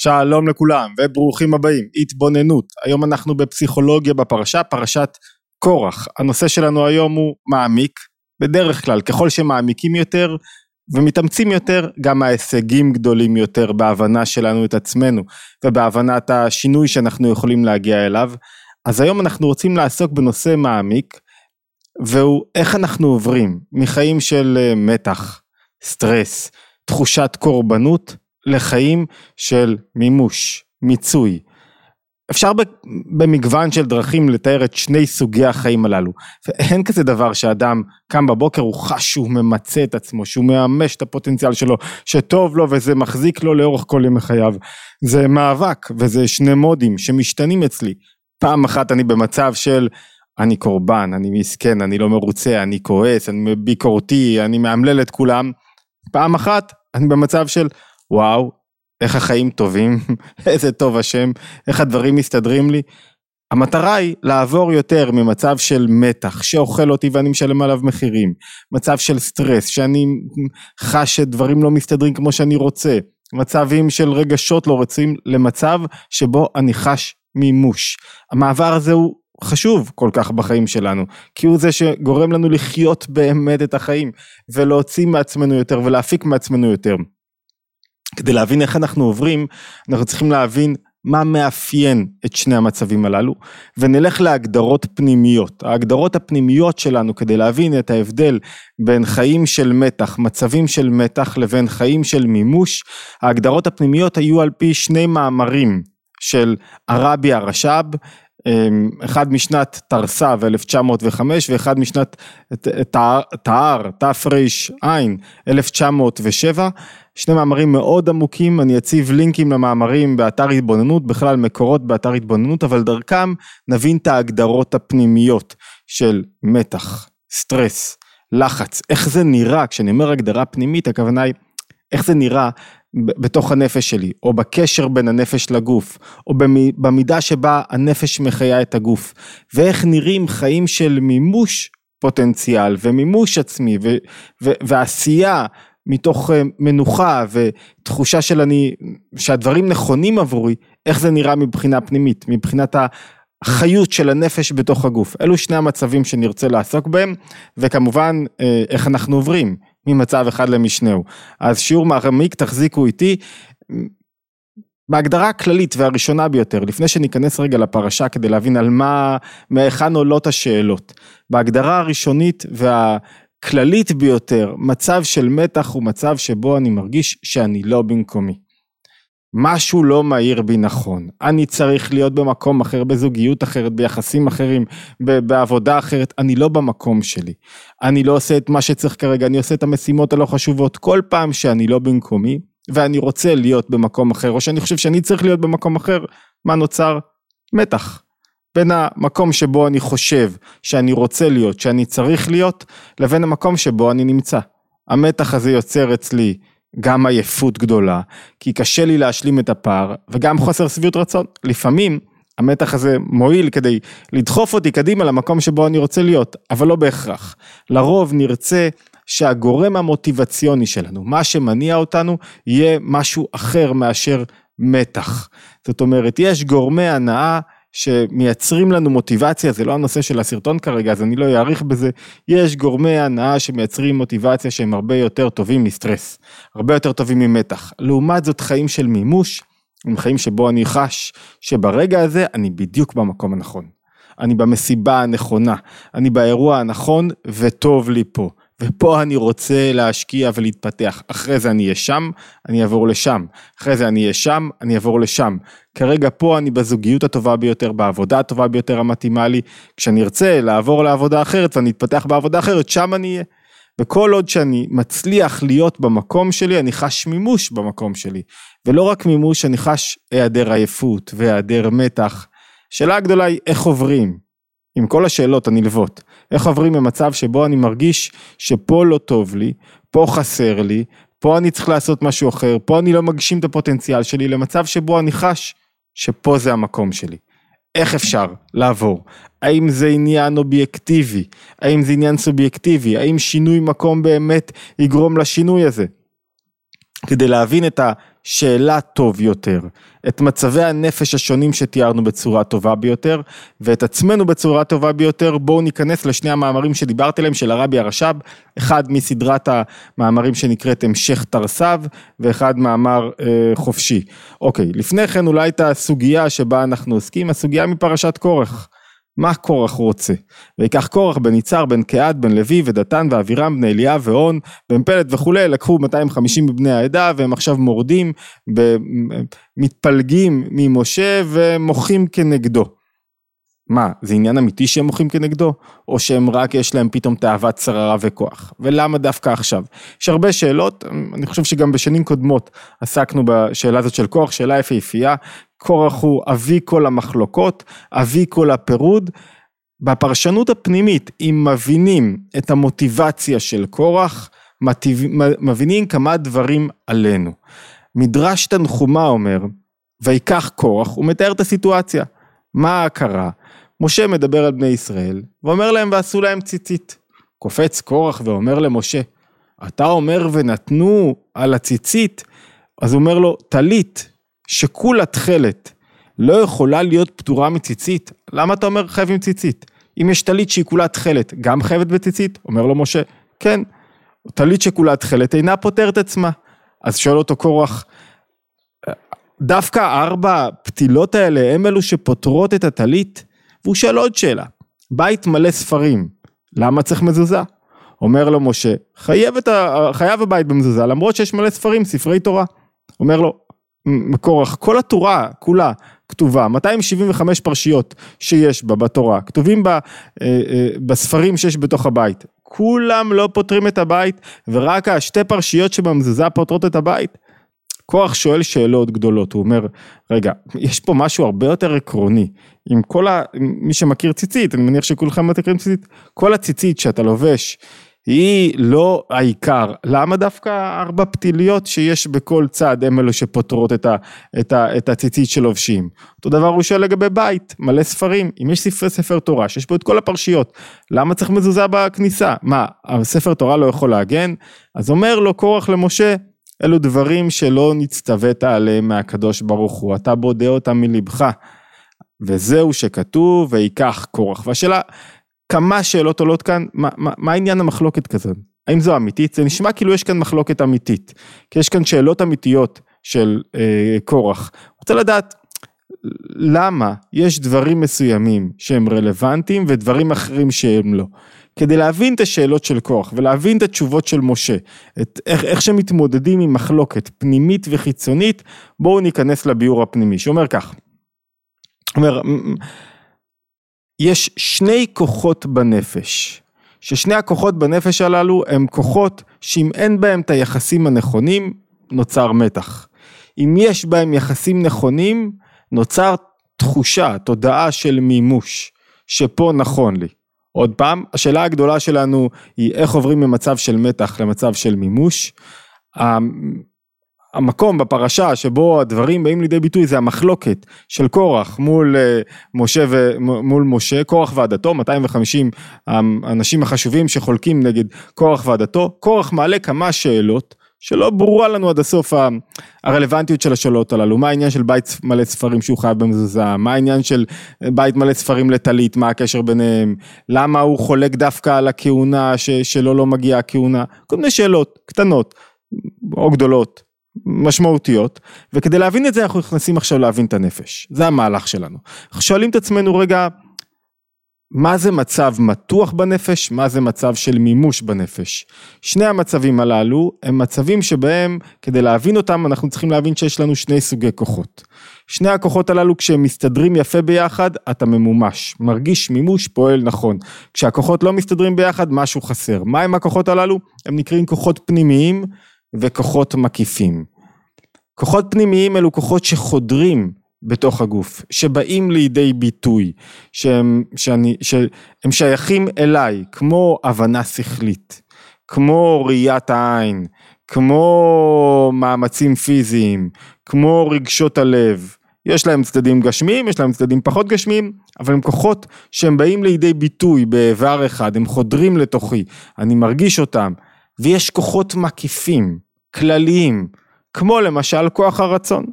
שלום לכולם וברוכים הבאים, התבוננות. היום אנחנו בפסיכולוגיה בפרשה, פרשת קורח. הנושא שלנו היום הוא מעמיק, בדרך כלל ככל שמעמיקים יותר ומתאמצים יותר, גם ההישגים גדולים יותר בהבנה שלנו את עצמנו ובהבנת השינוי שאנחנו יכולים להגיע אליו. אז היום אנחנו רוצים לעסוק בנושא מעמיק, והוא איך אנחנו עוברים מחיים של מתח, סטרס, תחושת קורבנות, לחיים של מימוש, מיצוי. אפשר במגוון של דרכים לתאר את שני סוגי החיים הללו. ואין כזה דבר שאדם קם בבוקר, הוא חש שהוא ממצא את עצמו, שהוא מממש את הפוטנציאל שלו, שטוב לו וזה מחזיק לו לאורך כל ימי חייו. זה מאבק וזה שני מודים שמשתנים אצלי. פעם אחת אני במצב של אני קורבן, אני מסכן, אני לא מרוצה, אני כועס, אני ביקורתי, אני מאמלל את כולם. פעם אחת אני במצב של וואו, איך החיים טובים, איזה טוב השם, איך הדברים מסתדרים לי. המטרה היא לעבור יותר ממצב של מתח, שאוכל אותי ואני משלם עליו מחירים, מצב של סטרס, שאני חש שדברים לא מסתדרים כמו שאני רוצה, מצבים של רגשות לא רצויים, למצב שבו אני חש מימוש. המעבר הזה הוא חשוב כל כך בחיים שלנו, כי הוא זה שגורם לנו לחיות באמת את החיים, ולהוציא מעצמנו יותר, ולהפיק מעצמנו יותר. כדי להבין איך אנחנו עוברים, אנחנו צריכים להבין מה מאפיין את שני המצבים הללו, ונלך להגדרות פנימיות. ההגדרות הפנימיות שלנו, כדי להבין את ההבדל בין חיים של מתח, מצבים של מתח, לבין חיים של מימוש, ההגדרות הפנימיות היו על פי שני מאמרים של הרבי הרש"ב, אחד משנת תרס"ו 1905 ואחד משנת תע"ר תר"ע 1907, שני מאמרים מאוד עמוקים. אני אציב לינקים למאמרים באתר התבוננות, בכלל מקורות באתר התבוננות, אבל דרכם נבין את ההגדרות הפנימיות של מתח, סטרס, לחץ, איך זה נראה. כשאני אומר הגדרה פנימית, הכוונה היא איך זה נראה בתוך הנפש שלי, או בקשר בין הנפש לגוף, או במידה שבה הנפש מחיה את הגוף, ואיך נראים חיים של מימוש פוטנציאל, ומימוש עצמי, ועשייה מתוך מנוחה, ותחושה שהדברים נכונים עבורי, איך זה נראה מבחינה פנימית, מבחינת החיות של הנפש בתוך הגוף. אלו שני המצבים שנרצה לעסוק בהם, וכמובן איך אנחנו עוברים ממצב אחד למשנהו. אז שיעור מעמיק, תחזיקו איתי. בהגדרה הכללית והראשונה ביותר, לפני שניכנס רגע לפרשה כדי להבין על מהיכן עולות השאלות. בהגדרה הראשונית והכללית ביותר, מצב של מתח הוא מצב שבו אני מרגיש שאני לא במקומי. משהו לא מהיר בי נכון, אני צריך להיות במקום אחר, בזוגיות אחרת, ביחסים אחרים, בעבודה אחרת, אני לא במקום שלי, אני לא עושה את מה שצריך כרגע, אני עושה את המשימות הלא חשובות, כל פעם שאני לא במקומי, ואני רוצה להיות במקום אחר, או שאני חושב שאני צריך להיות במקום אחר, מה נוצר? מתח, בין המקום שבו אני חושב שאני רוצה להיות, שאני צריך להיות, לבין המקום שבו אני נמצא. המתח הזה יוצר אצלי גם עייפות גדולה, כי קשה לי להשלים את הפער, וגם חוסר שביעות רצון. לפעמים המתח הזה מועיל כדי לדחוף אותי קדימה למקום שבו אני רוצה להיות, אבל לא בהכרח. לרוב נרצה שהגורם המוטיבציוני שלנו, מה שמניע אותנו, יהיה משהו אחר מאשר מתח. זאת אומרת, יש גורמי הנאה שמייצרים לנו מוטיבציה, זה לא הנושא של הסרטון כרגע, אז אני לא אעריך בזה. יש גורמי הנאה שמייצרים מוטיבציה שהם הרבה יותר טובים מסטרס, הרבה יותר טובים ממתח. לעומת זאת חיים של מימוש, הם חיים שבו אני חש שברגע הזה אני בדיוק במקום הנכון. אני במסיבה הנכונה, אני באירוע הנכון וטוב לי פה. ופה אני רוצה להשקיע ולהתפתח. אחרי זה אני אהיה שם, אני אעבור לשם. אחרי זה אני אהיה שם, אני אעבור לשם. כרגע פה אני בזוגיות הטובה ביותר, בעבודה הטובה ביותר המתאימה לי. כשאני ארצה לעבור לעבודה אחרת ואני אתפתח בעבודה אחרת, שם אני אהיה. וכל עוד שאני מצליח להיות במקום שלי, אני חש מימוש במקום שלי. ולא רק מימוש, אני חש היעדר עייפות והיעדר מתח. שאלה הגדולה היא איך עוברים? עם כל השאלות הנלוות, איך עוברים במצב שבו אני מרגיש שפה לא טוב לי, פה חסר לי, פה אני צריך לעשות משהו אחר, פה אני לא מגשים את הפוטנציאל שלי, למצב שבו אני חש שפה זה המקום שלי. איך אפשר לעבור? האם זה עניין אובייקטיבי? האם זה עניין סובייקטיבי? האם שינוי מקום באמת יגרום לשינוי הזה? כדי להבין את שאלה טוב יותר, את מצבי הנפש השונים שתיארנו בצורה טובה ביותר, ואת עצמנו בצורה טובה ביותר. בואו ניכנס לשני המאמרים שדיברתי עליהם, של הרבי הרש"ב, אחד מסדרת המאמרים שנקראת המשך תרס"ו, ואחד מאמר חופשי. אוקיי, לפני כן אולי את הסוגיה שבה אנחנו עוסקים, הסוגיה מפרשת קורח. מה קורח רוצה? ויקח קורח בן יצהר, בן קהת, בן לוי ודתן ואבירם, בני אליאב ואון, בן פלט וכולי, לקחו 250 מבני העדה, והם עכשיו מורדים, מתפלגים ממשה ומוחים כנגדו. מה, זה עניין אמיתי שהם מוחים כנגדו? או שהם רק יש להם פתאום תאוות שררה וכוח? ולמה דווקא עכשיו? יש הרבה שאלות, אני חושב שגם בשנים קודמות עסקנו בשאלה הזאת של קורח, שאלה יפהפייה. קורח הוא אבי כל המחלוקות, אבי כל הפירוד. בפרשנות הפנימית, אם מבינים את המוטיבציה של קורח, מבינים כמה דברים עלינו. מדרש תנחומה אומר, ויקח קורח, הוא מתאר את הסיטואציה. מה קרה? משה מדבר על בני ישראל, ואומר להם ועשו להם ציצית. קופץ קורח ואומר למשה, אתה אומר ונתנו על הציצית, אז הוא אומר לו, טלית שכולה תכלת, לא יכולה להיות פטורה מציצית. למה אתה אומר חייבים ציצית? אם יש טלית שהיא כולה תכלת, גם חייבת בציצית? אומר לו משה, כן, טלית שכולה תכלת אינה פותרת עצמה. אז שואל אותו קורח, דווקא 4 פתילות האלה הם אלו שפותרות את הטלית? והוא שואל עוד שאלה, בית מלא ספרים, למה צריך מזוזה? אומר לו משה, חייב הבית במזוזה, למרות שיש מלא ספרים, ספרי תורה. אומר לו, קורח, כל התורה כולה כתובה, 275 פרשיות שיש בה בתורה, כתובים בספרים שיש בתוך הבית, כולם לא פותרים את הבית, ורק 2 פרשיות שבמזוזה פותרות את הבית. קורח שואל שאלות גדולות, הוא אומר, רגע, יש פה משהו הרבה יותר עקרוני, עם מי שמכיר ציצית, אני מניח שכולכם מכירים ציצית, כל הציצית שאתה לובש, היא לא העיקר. למה דווקא 4 פתיליות שיש בכל צד, הם אלו שפותרות את הציצית שלובשים? אותו דבר הוא שואל לגבי בית, מלא ספרים, אם יש ספר תורה, שיש פה את כל הפרשיות, למה צריך מזוזה בכניסה? מה, הספר תורה לא יכול להגן? אז אומר לו קורח למשה, אלו דברים שלא נצטוות עליהם מהקדוש ברוך הוא, אתה בודה אותם מלבך, וזהו שכתוב, ויקח קורח. והשאלה, כמה שאלות עולות כאן, מה העניין המחלוקת כזאת? האם זו אמיתית? זה נשמע כאילו יש כאן מחלוקת אמיתית, כי יש כאן שאלות אמיתיות של קורח. רוצה לדעת, למה יש דברים מסוימים שהם רלוונטיים, ודברים אחרים שהם לא? כדי להבין את השאלות של קורח, ולהבין את התשובות של משה, איך שמתמודדים עם מחלוקת פנימית וחיצונית, בואו ניכנס לביאור הפנימי, שאומר כך, אומר, יש 2 כוחות בנפש, ששני הכוחות בנפש הללו הם כוחות שאם אין בהם את היחסים הנכונים, נוצר מתח. אם יש בהם יחסים נכונים, נוצר תחושה, תודעה של מימוש, שפה נכון לי. עוד פעם, השאלה הגדולה שלנו היא איך עוברים ממצב של מתח למצב של מימוש. המקום בפרשה שבו הדברים באים לידי ביטוי זה המחלוקת של קורח מול משה, קורח ועדתו, 250 האנשים החשובים שחולקים נגד קורח ועדתו. קורח מעלה כמה שאלות שלא ברורה לנו עד הסוף הרלוונטיות של השאלות הללו. מה העניין של בית מלא ספרים שהוא חייב במזוזה? מה העניין של בית מלא ספרים לטלית? מה הקשר ביניהם? למה הוא חולק דווקא על הכהונה שלא לא מגיעה הכהונה? כל מיני שאלות קטנות או גדולות, משמעותיות, וכדי להבין את זה אנחנו נכנסים עכשיו להבין את הנפש. זה המהלך שלנו. אנחנו שואלים את עצמנו רגע, מה זה מצב מתוח בנפש? מה זה מצב של מימוש בנפש? שני המצבים הללו הם מצבים שבהם כדי להבין אותם אנחנו צריכים להבין שיש לנו 2 סוגי כוחות. שני הכוחות הללו כשהם מסתדרים יפה ביחד אתה ממומש, מרגיש מימוש, פועל נכון. כשהכוחות לא מסתדרים ביחד משהו חסר. מה הם הכוחות הללו? הם נקראים כוחות פנימיים וכוחות מקיפים. כוחות פנימיים אלו כוחות שחודרים בתוך הגוף, שבאים לידי ביטוי, שהם שייכים אליי, כמו הבנה שכלית, כמו ראיית העין, כמו מאמצים פיזיים, כמו רגשות הלב. יש להם צדדים גשמיים, יש להם צדדים פחות גשמיים, אבל הם כוחות שהם באים לידי ביטוי באיבר אחד, הם חודרים לתוכי, אני מרגיש אותם, ויש כוחות מקיפים, כלליים, כמו למשל כוח הרצון.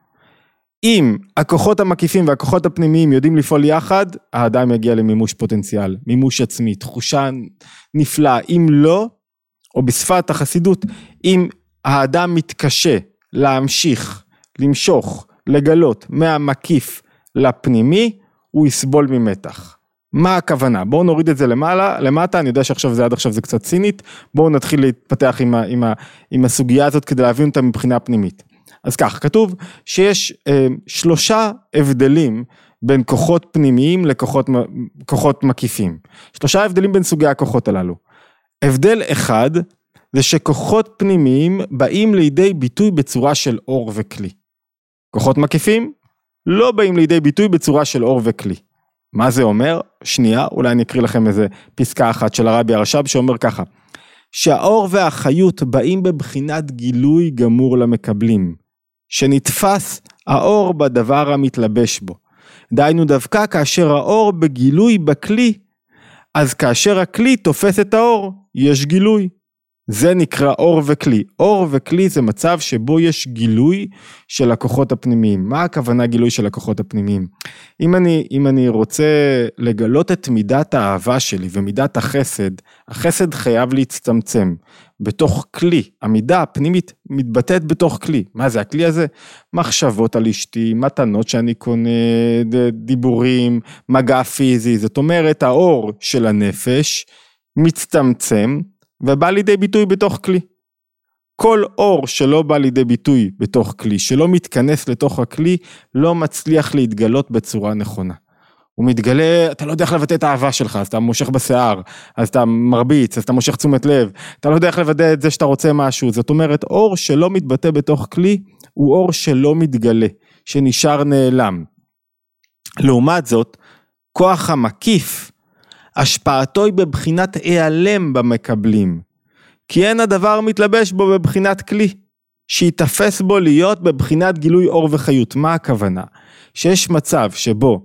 אם הכוחות המקיפים והכוחות הפנימיים יודעים לפעול יחד, האדם יגיע למימוש פוטנציאל, מימוש עצמי, תחושה נפלאה. אם לא, או בשפת החסידות, אם האדם מתקשה להמשיך, למשוך, לגלות מהמקיף לפנימי, הוא יסבול ממתח. מה הכוונה? בואו נוריד את זה למטה, אני יודע שעכשיו זה עד עכשיו זה קצת צינית, בואו נתחיל להתפתח עם הסוגיה הזאת כדי להבין אותה מבחינה פנימית. אז כך, כתוב שיש 3 הבדלים בין כוחות פנימיים לכוחות מקיפים. 3 הבדלים בין סוגי הכוחות הללו. הבדל אחד זה שכוחות פנימיים באים לידי ביטוי בצורה של אור וכלי. כוחות מקיפים לא באים לידי ביטוי בצורה של אור וכלי. מה זה אומר? שנייה, אולי אני אקריא לכם איזה פסקה אחת של הרבי הרש"ב שאומר ככה, שהאור והחיות באים בבחינת גילוי גמור למקבלים, שנתפס האור בדבר המתלבש בו. דהיינו דווקא כאשר האור בגילוי בכלי, אז כאשר הכלי תופס את האור, יש גילוי. זה נקרא אור וכלי. אור וכלי זה מצב שבו יש גילוי של הכוחות הפנימיים. מה הכוונה גילוי של הכוחות הפנימיים? אם אני רוצה לגלות את מידת האהבה שלי ומידת החסד, החסד חייב להצטמצם בתוך כלי. המידה הפנימית מתבטאת בתוך כלי. מה זה הכלי הזה? מחשבות על אשתי, מתנות שאני קונה, דיבורים, מגע פיזי. זאת אומרת, האור של הנפש מצטמצם, ובא לידי ביטוי בתוך כלי. כל אור שלא בא לידי ביטוי בתוך כלי, שלא מתכנס לתוך הכלי, לא מצליח להתגלות בצורה נכונה. הוא מתגלה, אתה לא יודע איך לבטא את האהבה שלך, אז אתה מושך בשיער, אז אתה מרביץ, אז אתה מושך תשומת לב, אתה לא יודע איך לוודא את זה שאתה רוצה משהו. זאת אומרת, אור שלא מתבטא בתוך כלי, הוא אור שלא מתגלה, שנשאר נעלם. לעומת זאת, כוח המקיף, השפעתו היא בבחינת העלם במקבלים, כי אין הדבר מתלבש בו בבחינת כלי, שיתפס בו להיות בבחינת גילוי אור וחיות. מה הכוונה? שיש מצב שבו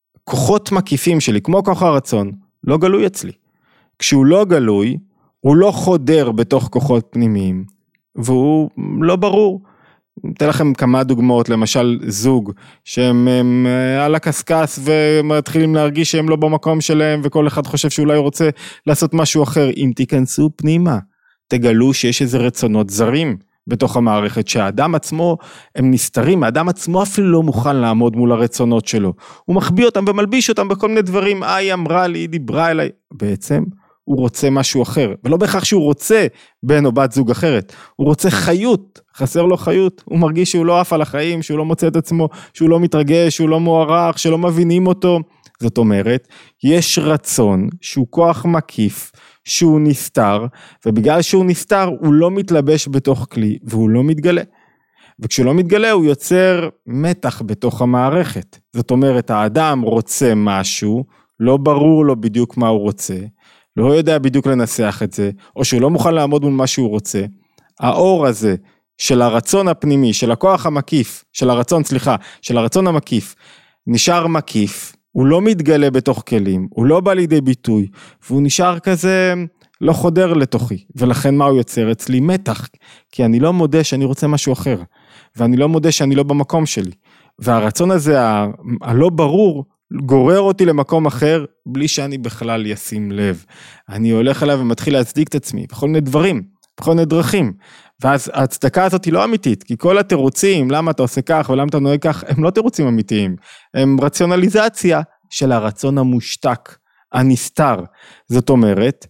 כוחות מקיפים שלי, כמו כוח הרצון, לא גלוי אצלי. כשהוא לא גלוי, הוא לא חודר בתוך כוחות פנימיים, והוא לא ברור. אתן לכם כמה דוגמאות, למשל זוג שהם על הקסקס ומתחילים להרגיש שהם לא במקום שלהם, וכל אחד חושב שאולי הוא רוצה לעשות משהו אחר. אם תיכנסו פנימה, תגלו שיש איזה רצונות זרים בתוך המערכת, שהאדם עצמו הם נסתרים, האדם עצמו אפילו לא מוכן לעמוד מול הרצונות שלו, הוא מחביא אותם ומלביש אותם בכל מיני דברים. היא אמרה לי, היא דיברה אליי, בעצם הוא רוצה משהו אחר, ולא בהכרח שהוא רוצה בן או בת זוג אחרת, הוא רוצה חיות, חסר לו חיות, הוא מרגיש שהוא לא עף על החיים, שהוא לא מוצא את עצמו, שהוא לא מתרגש, שהוא לא מוערך, שלא מבינים אותו. זאת אומרת, יש רצון שהוא כוח מקיף, שהוא נסתר, ובגלל שהוא נסתר, הוא לא מתלבש בתוך כלי, והוא לא מתגלה. וכשהוא לא מתגלה, הוא יוצר מתח בתוך המערכת. זאת אומרת, האדם רוצה משהו, לא ברור לו בדיוק מה הוא רוצה, לא יודע בדיוק לנסח את זה, או שהוא לא מוכן לעמוד מול מה שהוא רוצה. האור הזה של הרצון הפנימי, של הכוח המקיף, של הרצון המקיף, נשאר מקיף, הוא לא מתגלה בתוך כלים, הוא לא בא לידי ביטוי, והוא נשאר כזה לא חודר לתוכי, ולכן מה הוא יוצר אצלי? מתח, כי אני לא מודה שאני רוצה משהו אחר, ואני לא מודה שאני לא במקום שלי, והרצון הזה הלא ברור, גורר אותי למקום אחר, בלי שאני בכלל ישים לב. אני הולך אליו ומתחיל להצדיק את עצמי, בכל מיני דברים, בכל מיני דרכים, ואז ההצדקה הזאת היא לא אמיתית, כי כל התירוצים, למה אתה עושה כך ולמה אתה נוהג כך, הם לא תירוצים אמיתיים, הם רציונליזציה של הרצון המושתק, הנסתר. זאת אומרת,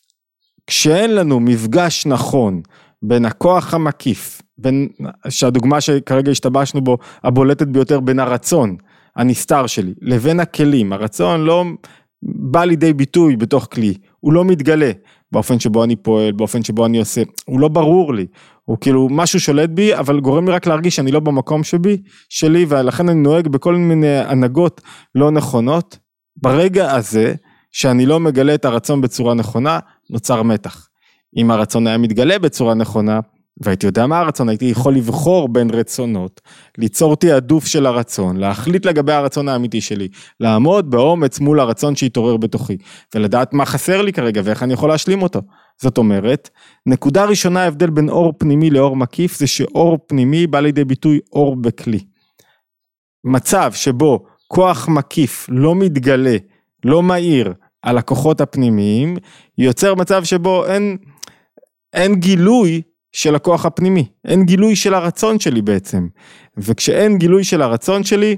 כשאין לנו מפגש נכון, בין הכוח המקיף, שהדוגמה שכרגע השתבשנו בו, הבולטת ביותר בין הרצון, הנסתר שלי, לבין הכלים, הרצון לא בא לידי ביטוי בתוך כלי, הוא לא מתגלה, באופן שבו אני פועל, באופן שבו אני עושה, הוא לא ברור לי, הוא כאילו משהו שולט בי, אבל גורם לי רק להרגיש שאני לא במקום שלי, ולכן אני נוהג בכל מיני הנהגות לא נכונות. ברגע הזה, שאני לא מגלה את הרצון בצורה נכונה, נוצר מתח. אם הרצון היה מתגלה בצורה נכונה, והייתי יודע מה הרצון, הייתי יכול לבחור בין רצונות, ליצור תיעדוף של הרצון, להחליט לגבי הרצון האמיתי שלי, לעמוד באומץ מול הרצון שהתעורר בתוכי, ולדעת מה חסר לי כרגע, ואיך אני יכול להשלים אותו. זאת אומרת, נקודה ראשונה ההבדל בין אור פנימי לאור מקיף, זה שאור פנימי בא לידי ביטוי אור בכלי. מצב שבו כוח מקיף לא מתגלה, לא מהיר על הכוחות הפנימיים, יוצר מצב שבו אין גילוי של הכוח הפנימי, אין גילוי של הרצון שלי בעצם, וכשאין גילוי של הרצון שלי,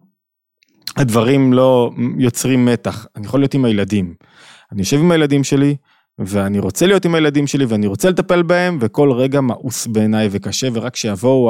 הדברים לא יוצרים מתח. אני יכול להיות עם הילדים, אני יושב עם הילדים שלי, ואני רוצה להיות עם הילדים שלי, ואני רוצה לטפל בהם, וכל רגע מאוס בעיניי וקשה, ורק שיבואו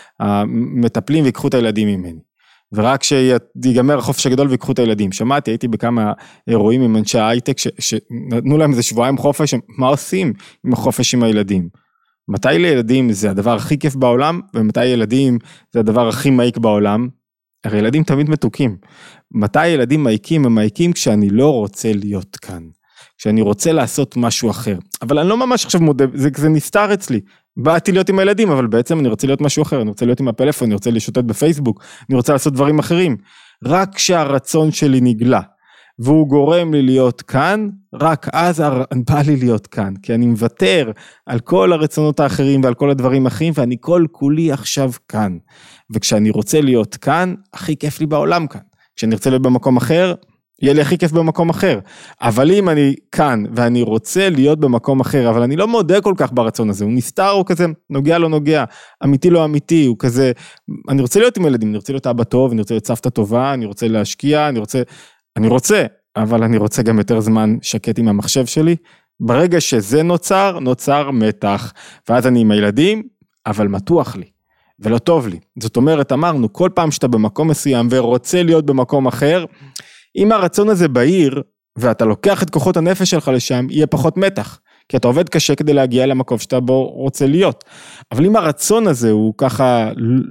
המטפלים ויקחו את הילדים ממני, ורק שיגמר החופש הגדול ויקחו את הילדים. שמעתי, הייתי בכמה אירועים עם אנשי ההייטק, שנתנו להם איזה שבועיים חופש, מה עושים עם החופש עם הילדים? מתי לילדים זה הדבר הכי כיף בעולם, ומתי ילדים זה הדבר הכי מעיק בעולם? הרי ילדים תמיד מתוקים. מתי ילדים מעיקים? הם מעיקים כשאני לא רוצה להיות כאן, כשאני רוצה לעשות משהו אחר. אבל אני לא ממש עכשיו מודה, זה נסתר אצלי. באתי להיות עם הילדים, אבל בעצם אני רוצה להיות משהו אחר, אני רוצה להיות עם הפלאפון, אני רוצה לשוטט בפייסבוק, אני רוצה לעשות דברים אחרים. רק כשהרצון שלי נגלה, והוא גורם לי להיות כאן, רק אז בא לי להיות כאן, כי אני מוותר על כל הרצונות האחרים ועל כל הדברים האחרים, ואני כל כולי עכשיו כאן. וכשאני רוצה להיות כאן, הכי כיף לי בעולם כאן. כשאני רוצה להיות במקום אחר, יהיה לי הכי כיף במקום אחר. אבל אם אני כאן ואני רוצה להיות במקום אחר, אבל אני לא מודה כל כך ברצון הזה, הוא נסתר, הוא כזה נוגע לא נוגע, אמיתי לא אמיתי, הוא כזה, אני רוצה להיות עם ילדים, אני רוצה להיות אבא טוב, אני רוצה להיות סבתא טובה, אני רוצה להשקיע, אני רוצה, אבל אני רוצה גם יותר זמן שקט עם המחשב שלי. ברגע שזה נוצר מתח, ואז אני עם הילדים, אבל מתוח לי, ולא טוב לי. זאת אומרת, אמרנו, כל פעם שאתה במקום מסוים, ורוצה להיות במקום אחר, אם הרצון הזה בהיר, ואתה לוקח את כוחות הנפש שלך לשם, יהיה פחות מתח, כי אתה עובד קשה כדי להגיע למקום שאתה בו רוצה להיות. אבל אם הרצון הזה הוא ככה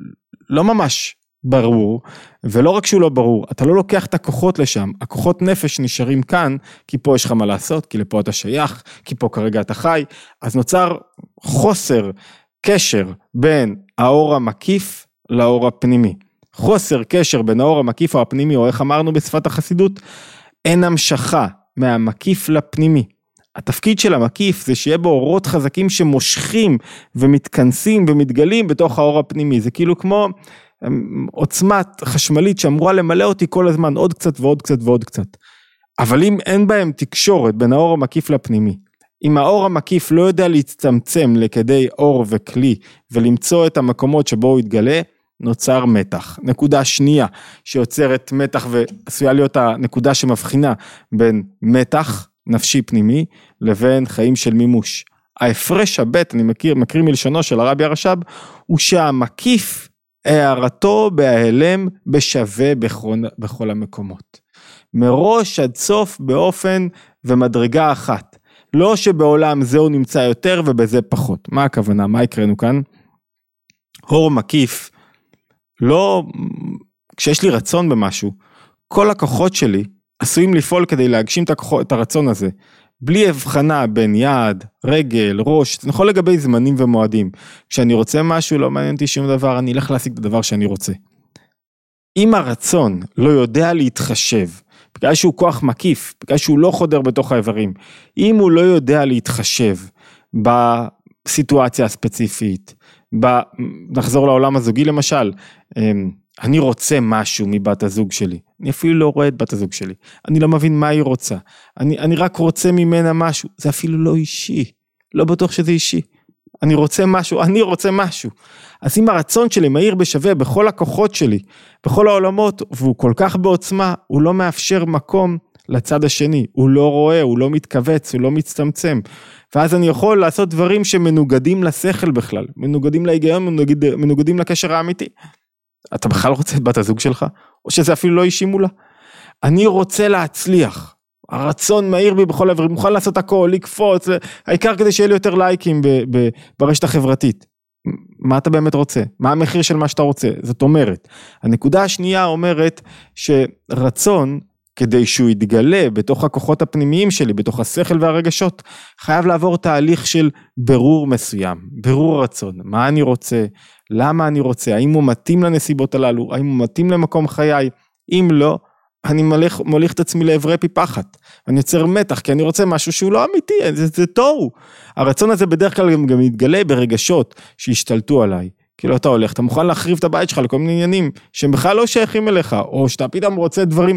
לא ממש ברור, ולא רק שהוא לא ברור, אתה לא לוקח את הכוחות לשם, הכוחות נפש נשארים כאן, כי פה יש לך מה לעשות, כי לפה אתה שייך, כי פה כרגע אתה חי, אז נוצר חוסר קשר בין האור המקיף לאור הפנימי. חוסר קשר בין האור המקיף או הפנימי, או איך אמרנו בשפת החסידות, אין המשכה מהמקיף לפנימי. התפקיד של המקיף זה שיהיה בו אורות חזקים שמושכים ומתכנסים ומתגלים בתוך האור הפנימי. זה כאילו כמו עוצמת חשמלית שאמורה למלא אותי כל הזמן עוד קצת ועוד קצת ועוד קצת. אבל אם אין בהם תקשורת בין האור המקיף לפנימי, אם האור המקיף לא יודע להצטמצם לכדי אור וכלי ולמצוא את המקומות שבו הוא יתגלה, נוצר מתח. נקודה שנייה שיוצרת מתח ועשויה להיות הנקודה שמבחינה בין מתח נפשי פנימי לבין חיים של מימוש. ההפרש הבית, אני מקריא מלשונו של הרבי הרש"ב, הוא שהמקיף הערתו בהיעלם בשווה בכל המקומות. מראש עד סוף באופן ומדרגה אחת. לא שבעולם זהו נמצא יותר ובזה פחות. מה הכוונה? מה יקראנו כאן? אור מקיף, לא, כשיש לי רצון במשהו, כל הכוחות שלי עשויים לפעול כדי להגשים את הרצון הזה, בלי הבחנה בין יד, רגל, ראש, זה נכון לגבי זמנים ומועדים. כשאני רוצה משהו, לא מעניין אותי שום דבר, אני אלך להשיג את הדבר שאני רוצה. אם הרצון לא יודע להתחשב, בגלל שהוא כוח מקיף, בגלל שהוא לא חודר בתוך האיברים, אם הוא לא יודע להתחשב בסיטואציה הספציפית, נחזור לעולם הזוגי למשל, אני רוצה משהו מבת הזוג שלי, אני אפילו לא רואה את בת הזוג שלי, אני לא מבין מה היא רוצה, אני רק רוצה ממנה משהו, זה אפילו לא אישי, לא בטוח שזה אישי, אני רוצה משהו, אז אם הרצון שלי מהיר בשווה בכל הכוחות שלי, בכל העולמות, והוא כל כך בעוצמה, הוא לא מאפשר מקום לצד השני, הוא לא רואה, הוא לא מתכווץ, הוא לא מצטמצם, ואז אני יכול לעשות דברים שמנוגדים לשכל בכלל, מנוגדים להיגיון, מנוגדים לקשר האמיתי. אתה בכלל רוצה את בת הזוג שלך, או שזה אפילו לא אישי מולה? אני רוצה להצליח, הרצון מהיר בי בכל עבר, מוכן לעשות הכל, לקפוץ, העיקר כדי שיהיה לי יותר לייקים ברשת החברתית. מה אתה באמת רוצה? מה המחיר של מה שאתה רוצה? זאת אומרת, הנקודה השנייה אומרת שרצון, כדי שהוא יתגלה בתוך הכוחות הפנימיים שלי, בתוך השכל והרגשות, חייב לעבור תהליך של ברור מסוים, ברור רצון, מה אני רוצה, למה אני רוצה, האם הוא מתאים לנסיבות הללו, האם הוא מתאים למקום חיי, אם לא, אני מוליך את עצמי לעברי פי פחת, אני יוצר מתח, כי אני רוצה משהו שהוא לא אמיתי, זה תוהו, הרצון הזה בדרך כלל גם יתגלה ברגשות שהשתלטו עליי, כאילו אתה הולך, אתה מוכן להחריב את הבית שלך לכל מיני עניינים, שהם בכלל לא שייכים אליך, או שאתה פתאום רוצה דברים,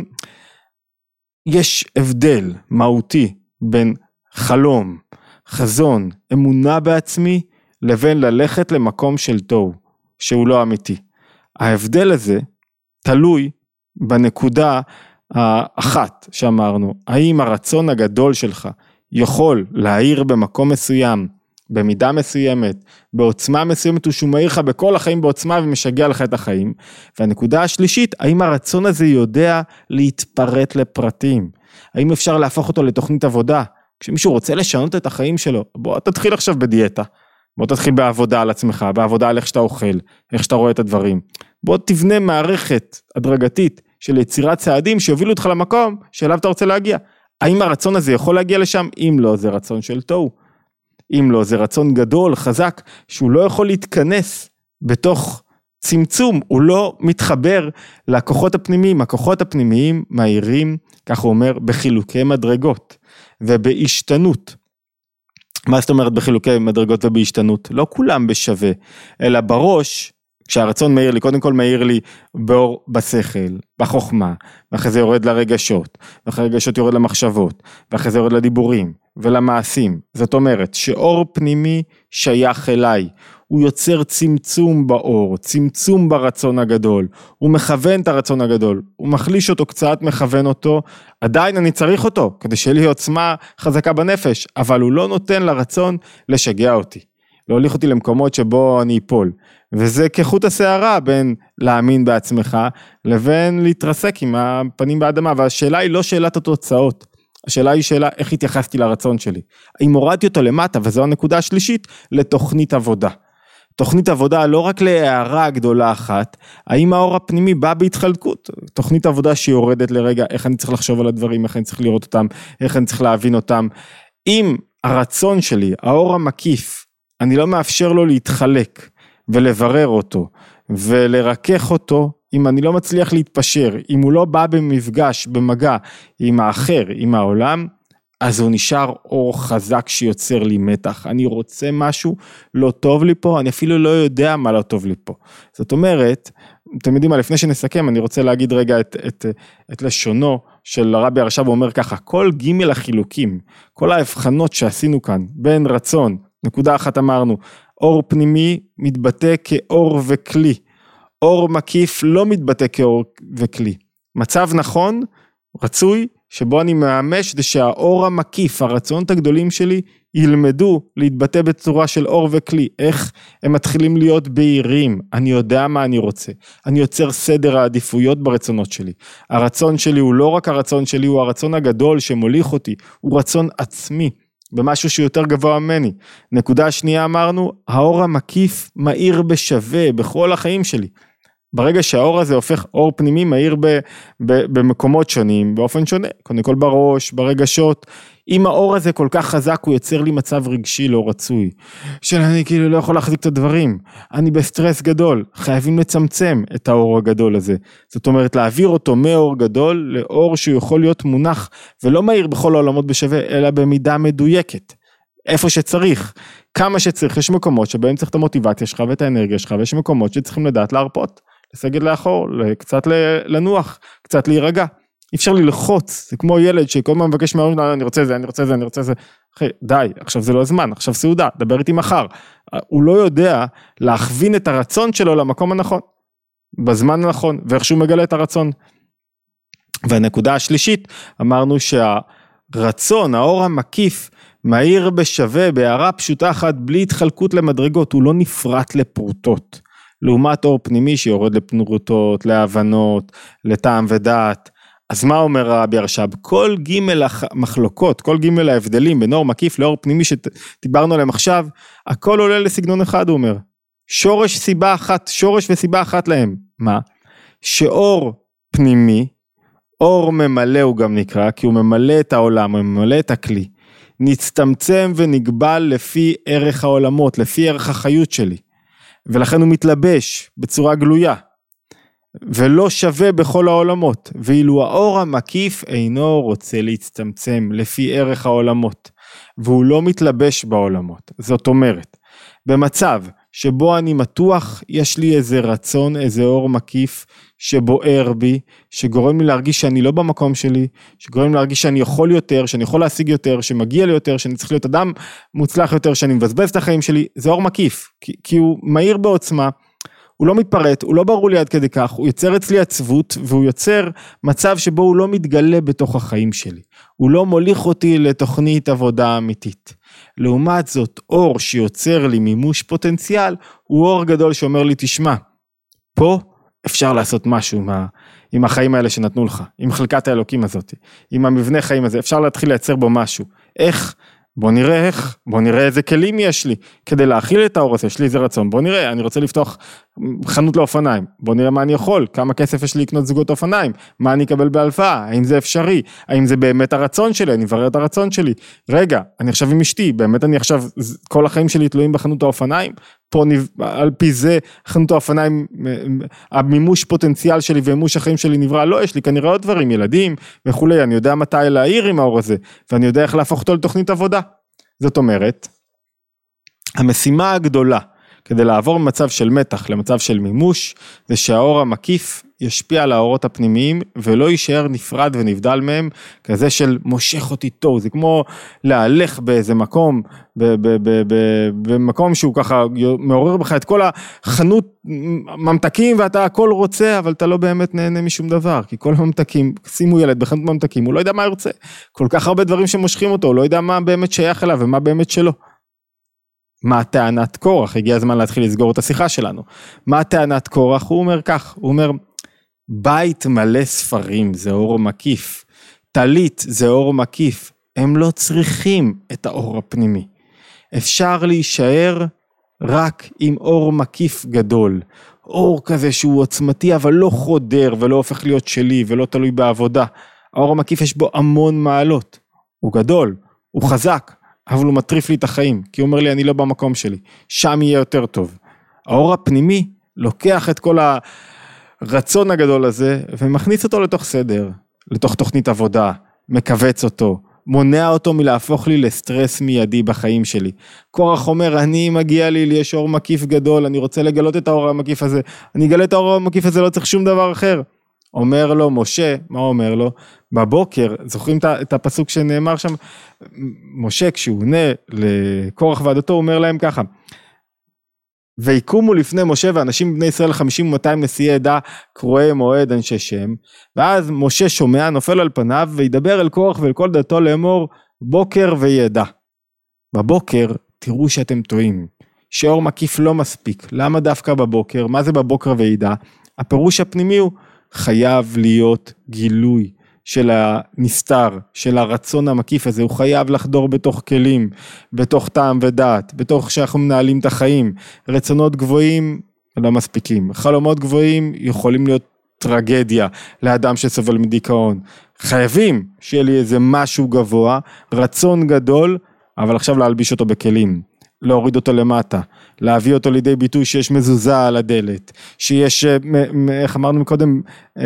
יש הבדל מהותי בין חלום, חזון, אמונה בעצמי, לבין ללכת למקום של תוהו, שהוא לא אמיתי. ההבדל הזה תלוי בנקודה האחת שאמרנו, האם הרצון הגדול שלך יכול להעיר במקום מסוים, במידה מסוימת, בעוצמה מסוימת, שהוא מאיר לך בכל החיים בעוצמה ומשגע לך את החיים. והנקודה השלישית, האם הרצון הזה יודע להתפרט לפרטים? האם אפשר להפוך אותו לתוכנית עבודה? כשמישהו רוצה לשנות את החיים שלו, בוא תתחיל עכשיו בדיאטה, בוא תתחיל בעבודה על עצמך, בעבודה על איך שאתה אוכל, איך שאתה רואה את הדברים. בוא תבנה מערכת הדרגתית של יצירת צעדים שיובילו אותך למקום שאליו אתה רוצה להגיע. האם הרצון הזה יכול להגיע לשם? אם לא, זה רצון של תוהו. אם לא, זה רצון גדול, חזק, שהוא לא יכול להתכנס בתוך צמצום, הוא לא מתחבר לכוחות הפנימיים, הכוחות הפנימיים מהירים, כך הוא אומר, בחילוקי מדרגות ובהשתנות. מה זאת אומרת בחילוקי מדרגות ובהשתנות? לא כולם בשווה, אלא בראש, כשהרצון מאיר לי, קודם כל מאיר לי באור בשכל, בחוכמה, ואחרי זה יורד לרגשות, ואחרי רגשות יורד למחשבות, ואחרי זה יורד לדיבורים ולמעשים. זאת אומרת שאור פנימי שייך אליי, הוא יוצר צמצום באור, צמצום ברצון הגדול, הוא מכוון את הרצון הגדול, הוא מחליש אותו קצת, מכוון אותו, עדיין אני צריך אותו, כדי שיהיה לי עוצמה חזקה בנפש, אבל הוא לא נותן לרצון לשגע אותי, להוליך אותי למקומות שבו אני אפול, וזה כחוט השערה בין להאמין בעצמך, לבין להתרסק עם הפנים באדמה, והשאלה היא לא שאלת התוצאות, השאלה היא שאלה איך התייחסתי לרצון שלי, אם הורדתי אותו למטה, וזו הנקודה השלישית, לתוכנית עבודה. תוכנית עבודה לא רק להערה גדולה אחת, האם האור הפנימי בא בהתחלקות, תוכנית עבודה שיורדת לרגע, איך אני צריך לחשוב על הדברים, איך אני צריך לראות אותם, איך אני צריך להבין אותם, אם הרצון שלי, האור המקיף, אני לא מאפשר לו להתחלק, ולברר אותו, ולרכך אותו, אם אני לא מצליח להתפשר, אם הוא לא בא במפגש, במגע, עם האחר, עם העולם, אז הוא נשאר אור חזק שיוצר לי מתח, אני רוצה משהו לא טוב לי פה, אני אפילו לא יודע מה לא טוב לי פה, זאת אומרת, אתם יודעים מה, לפני שנסכם, אני רוצה להגיד רגע את לשונו של הרבי הרש"ב, הוא אומר ככה, כל ג' החילוקים, כל ההבחנות שעשינו כאן, בין רצון, נקודה אחת אמרנו, אור פנימי מתבטא כאור וכלי, אור מקיף לא מתבטא כאור וכלי, מצב נכון, רצוי, שבו אני מאמש זה שהאור המקיף, הרצונות הגדולים שלי, ילמדו להתבטא בצורה של אור וכלי, איך הם מתחילים להיות בהירים, אני יודע מה אני רוצה, אני יוצר סדר העדיפויות ברצונות שלי, הרצון שלי הוא לא רק הרצון שלי, הוא הרצון הגדול שמוליך אותי, הוא רצון עצמי, במשהו שיותר גבוה ממני. נקודה שנייה אמרנו, האור המקיף מאיר בשווה בכל החיים שלי, ברגע שהאור הזה הופך אור פנימי מהיר במקומות שונים, באופן שונה, קודם כל בראש, ברגשות, אם האור הזה כל כך חזק, הוא יוצר לי מצב רגשי לא רצוי, שאני כאילו לא יכול להחזיק את הדברים, אני בסטרס גדול, חייבים לצמצם את האור הגדול הזה, זאת אומרת להעביר אותו מאור גדול, לאור שהוא יכול להיות מונח, ולא מהיר בכל העולמות בשווה, אלא במידה מדויקת, איפה שצריך, כמה שצריך, יש מקומות שבהם צריך את המוטיבציה שלך ואת האנרגיה שלך, ויש מקומות שצריכים לדעת להרפות, לסגד לאחור, קצת לנוח, קצת להירגע, אי אפשר ללחוץ, זה כמו ילד שכל הזמן מבקש מההורים, אני רוצה זה, אני רוצה זה, אני רוצה זה, אחי, די, עכשיו זה לא הזמן, עכשיו סעודה, דבר איתי מחר, הוא לא יודע להכווין את הרצון שלו למקום הנכון, בזמן הנכון, ואיך שהוא מגלה את הרצון, והנקודה השלישית, אמרנו שהרצון, האור המקיף, מהיר בשווה, בהערה פשוטה אחת, בלי התחלקות למדרגות, הוא לא נפרט לפרוטות, לעומת אור פנימי שיורד לפרוטות, להבנות, לטעם ודעת, אז מה אומר רבי הרש"ב? כל ג' המחלוקות, כל ג' ההבדלים בין אור מקיף לאור פנימי שדיברנו עליהם עכשיו, הכל עולה לסגנון אחד, הוא אומר, שורש וסיבה אחת להם, מה? שאור פנימי, אור ממלא הוא גם נקרא, כי הוא ממלא את העולם, הוא ממלא את הכלי. נצטמצם ונגבל לפי ערך העולמות, לפי ערך החיות שלי. ולכן הוא מתלבש בצורה גלויה. ולא שווה בכל העולמות. ואילו האור המקיף אינו רוצה להצטמצם לפי ערך העולמות. והוא לא מתלבש בעולמות. זאת אומרת, במצב שבו אני מתוח, יש לי איזה רצון, איזה אור מקיף שבוער בי, שגורם לי להרגיש שאני לא במקום שלי, שגורם לי להרגיש שאני יכול יותר, שאני יכול להשיג יותר, שמגיע לי יותר, שאני צריך להיות אדם מוצלח יותר, שאני מבזבז את החיים שלי, זה אור מקיף, כי הוא מהיר בעוצמה, הוא לא מתפרט, הוא לא ברור לי עד כדי כך, הוא יוצר אצלי עצבות, והוא יוצר מצב שבו הוא לא מתגלה בתוך החיים שלי, הוא לא מוליך אותי לתוכנית עבודה אמיתית. לעומת זאת, אור שיוצר לי מימוש פוטנציאל, הוא אור גדול שאומר לי, תשמע, פה אפשר לעשות משהו עם החיים האלה שנתנו לך, עם חלקת האלוקים הזאת, עם המבנה חיים הזה, אפשר להתחיל לייצר בו משהו. איך? בוא נראה איך, בוא נראה איזה כלים יש לי, כדי להכיל את האור הזה, יש לי איזה רצון, בוא נראה, אני רוצה לפתוח חנות לאופניים, בוא נראה מה אני יכול, כמה כסף יש לי לקנות זוגות אופניים, מה אני אקבל בהלוואה, האם זה אפשרי, האם זה באמת הרצון שלי, אני אברר את הרצון שלי, רגע, אני עכשיו עם אשתי, באמת אני עכשיו, כל החיים שלי תלויים בחנות האופניים, פה על פי זה, חנות האופניים, המימוש פוטנציאל שלי ומימוש החיים שלי נברא, לא, יש לי כנראה עוד דברים, ילדים וכולי, אני יודע מתי להעיר עם האור הזה, ואני יודע איך להפוך אותו לתוכנית עבודה. זאת אומרת, המשימה הגדולה, כדי לעבור ממצב של מתח למצב של מימוש, זה שהאור המקיף ישפיע על האורות הפנימיים, ולא יישאר נפרד ונבדל מהם, כזה של מושך אותי טוב, זה כמו להלך באיזה מקום, במקום שהוא ככה מעורר בך את כל החנות ממתקים, ואתה הכל רוצה, אבל אתה לא באמת נהנה משום דבר, כי כל הממתקים, שימו ילד בחנות ממתקים, הוא לא יודע מה ירצה, כל כך הרבה דברים שמושכים אותו, הוא לא יודע מה באמת שייך אליו, ומה באמת שלו. מה טענת קורח? הגיע הזמן להתחיל לסגור את השיחה שלנו. מה טענת קורח? הוא אומר כך, הוא אומר, בית מלא ספרים זה אור מקיף, טלית זה אור מקיף, הם לא צריכים את האור הפנימי. אפשר להישאר רק עם אור מקיף גדול, אור כזה שהוא עוצמתי אבל לא חודר ולא הופך להיות שלי ולא תלוי בעבודה. האור המקיף יש בו המון מעלות, הוא גדול, הוא חזק, אבל הוא מטריף לי את החיים, כי הוא אומר לי, אני לא במקום שלי, שם יהיה יותר טוב. האור הפנימי לוקח את כל הרצון הגדול הזה, ומכניס אותו לתוך סדר, לתוך תוכנית עבודה, מקווץ אותו, מונע אותו מלהפוך לי לסטרס מיידי בחיים שלי. קורח אומר, אני מגיע לי, יש אור מקיף גדול, אני רוצה לגלות את האור המקיף הזה, אני אגלה את האור המקיף הזה, לא צריך שום דבר אחר. אומר לו משה, מה אומר לו? בבוקר, זוכרים את הפסוק שנאמר שם, משה כשהוא עונה לקורח ועדתו, הוא אומר להם ככה, ויקומו לפני משה ואנשים בני ישראל 50 ו200 נשיאי עדה, קרואי מועד אנשי שם, ואז משה שומע, נופל על פניו, וידבר אל קורח ואל כל דתו לאמור, בוקר וידע. בבוקר, תראו שאתם טועים, שאור מקיף לא מספיק, למה דווקא בבוקר? מה זה בבוקר וידע? הפירוש הפנימי הוא, חייב להיות גילוי של הנסתר, של הרצון המקיף הזה, הוא חייב לחדור בתוך כלים, בתוך טעם ודעת, בתוך שאנחנו מנהלים את החיים, רצונות גבוהים לא מספיקים, חלומות גבוהים יכולים להיות טרגדיה לאדם שסובל מדיכאון, חייבים שיהיה לי איזה משהו גבוה, רצון גדול, אבל עכשיו להלביש אותו בכלים, להוריד אותו למטה, להביא אותו לידי ביטוי שיש מזוזה על הדלת, שיש, איך אמרנו מקודם,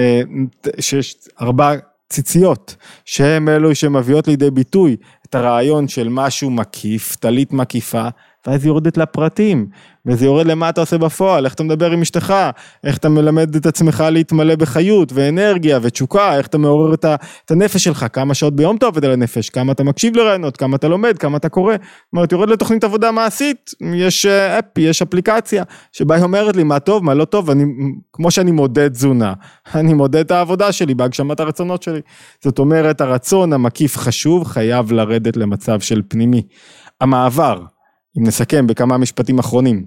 שיש 4 ציציות, שהם אלו שמביאות לידי ביטוי את הרעיון של משהו מקיף, טלית מקיפה, ואז יורדת לפרטים, וזה יורד למה אתה עושה בפועל, איך אתה מדבר עם אשתך, איך אתה מלמד את עצמך להתמלא בחיות ואנרגיה ותשוקה, איך אתה מעורר את הנפש שלך, כמה שעות ביום אתה עובד על הנפש, כמה אתה מקשיב לרעיונות, כמה אתה לומד, כמה אתה קורא, זאת אומרת, יורד לתוכנית עבודה מעשית, יש אפ, יש אפליקציה, שבה היא אומרת לי מה טוב, מה לא טוב, כמו שאני מודד תזונה, אני מודד את העבודה שלי, בהגשמת הרצונות שלי, זאת אומרת, הרצון המקיף חשוב, חייב לרדת למצב של פנימי. המעבר, אם נסכם בכמה משפטים אחרונים,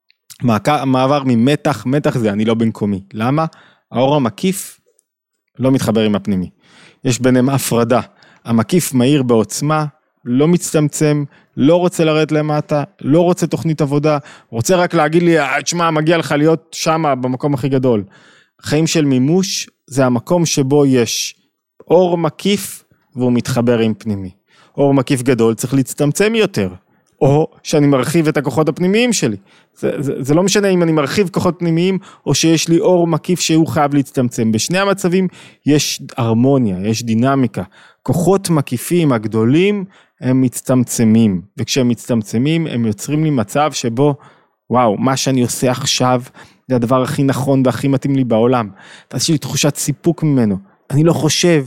המעבר ממתח, מתח זה אני לא במקומי, למה? האור המקיף לא מתחבר עם הפנימי, יש ביניהם הפרדה, המקיף מהיר בעוצמה, לא מצטמצם, לא רוצה לרדת למטה, לא רוצה תוכנית עבודה, רוצה רק להגיד לי, תשמע, מגיע לך להיות שם במקום הכי גדול. חיים של מימוש זה המקום שבו יש אור מקיף והוא מתחבר עם פנימי. אור מקיף גדול צריך להצטמצם יותר, או שאני מרחיב את הכוחות הפנימיים שלי. זה לא משנה אם אני מרחיב כוחות פנימיים, או שיש לי אור מקיף שהוא חייב להצטמצם. בשני המצבים יש הרמוניה, יש דינמיקה. כוחות מקיפים הגדולים הם מצטמצמים, וכשהם מצטמצמים הם יוצרים לי מצב שבו, וואו, מה שאני עושה עכשיו, זה הדבר הכי נכון והכי מתאים לי בעולם. ואז יש לי תחושת סיפוק ממנו. אני לא חושב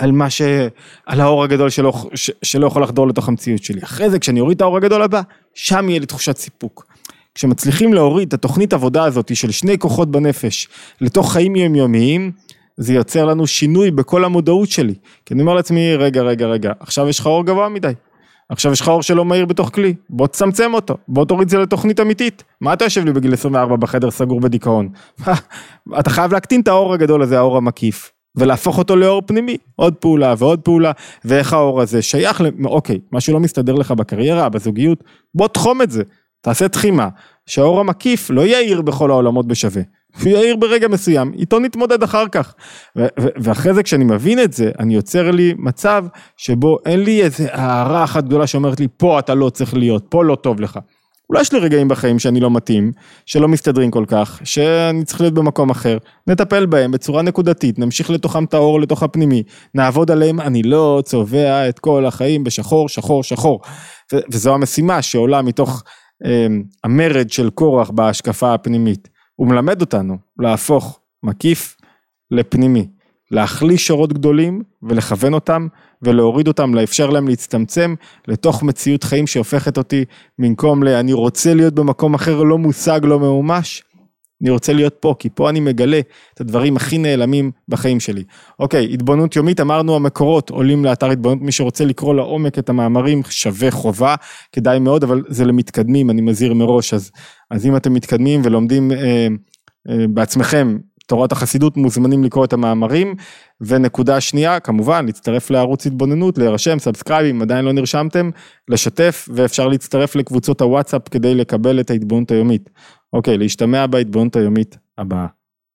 על האור הגדול שלא יכול לחדור לתוך המציאות שלי. אחרי זה, כשאני אוריד את האור הגדול הבא, שם יהיה לי תחושת סיפוק. כשמצליחים להוריד את התוכנית עבודה הזאת של שני כוחות בנפש לתוך חיים יומיומיים, זה יוצר לנו שינוי בכל המודעות שלי. כי אני אומר לעצמי, רגע, עכשיו יש לך אור גבוה מדי. עכשיו יש לך אור שלא מהיר בתוך כלי, בוא תצמצם אותו, בוא תוריד זה לתוכנית אמיתית. מה אתה יושב לי בגיל 24 בחדר סגור בדיכאון? אתה חייב להקטין את האור הגדול הזה, האור המקיף, ולהפוך אותו לאור פנימי, עוד פעולה ועוד פעולה, ואיך האור הזה שייך, אוקיי, משהו לא מסתדר לך בקריירה, בזוגיות, בוא תחום את זה, תעשה תחימה, שהאור המקיף לא יאיר בכל העולמות בשווה, הוא יאיר ברגע מסוים, איתו נתמודד אחר כך, ואחרי זה כשאני מבין את זה, אני יוצר לי מצב שבו אין לי איזו הערה אחת גדולה שאומרת לי, פה אתה לא צריך להיות, פה לא טוב לך. אולי יש לי רגעים בחיים שאני לא מתאים, שלא מסתדרים כל כך, שאני צריך להיות במקום אחר, נטפל בהם בצורה נקודתית, נמשיך לתוכם את האור לתוך הפנימי, נעבוד עליהם, אני לא צובע את כל החיים בשחור, שחור, שחור. וזו המשימה שעולה מתוך המרד של קורח בהשקפה הפנימית. הוא מלמד אותנו להפוך מקיף לפנימי, להחליש שורות גדולים ולכוון אותם ולהוריד אותם, לאפשר להם להצטמצם לתוך מציאות חיים שהופכת אותי במקום אני רוצה להיות במקום אחר, לא מושג, לא ממומש, אני רוצה להיות פה, כי פה אני מגלה את הדברים הכי נעלמים בחיים שלי. אוקיי, התבוננות יומית, אמרנו המקורות עולים לאתר התבוננות, מי שרוצה לקרוא לעומק את המאמרים שווה חובה, כדאי מאוד, אבל זה למתקדמים, אני מזהיר מראש, אז אם אתם מתקדמים ולומדים בעצמכם, תורת החסידות, מוזמנים לקרוא את המאמרים, ונקודה שנייה, כמובן, להצטרף לערוץ התבוננות, להירשם, סאבסקרייב, אם עדיין לא נרשמתם, לשתף, ואפשר להצטרף לקבוצות הוואטסאפ, כדי לקבל את ההתבוננות היומית. אוקיי, להשתמע בהתבוננות היומית הבאה.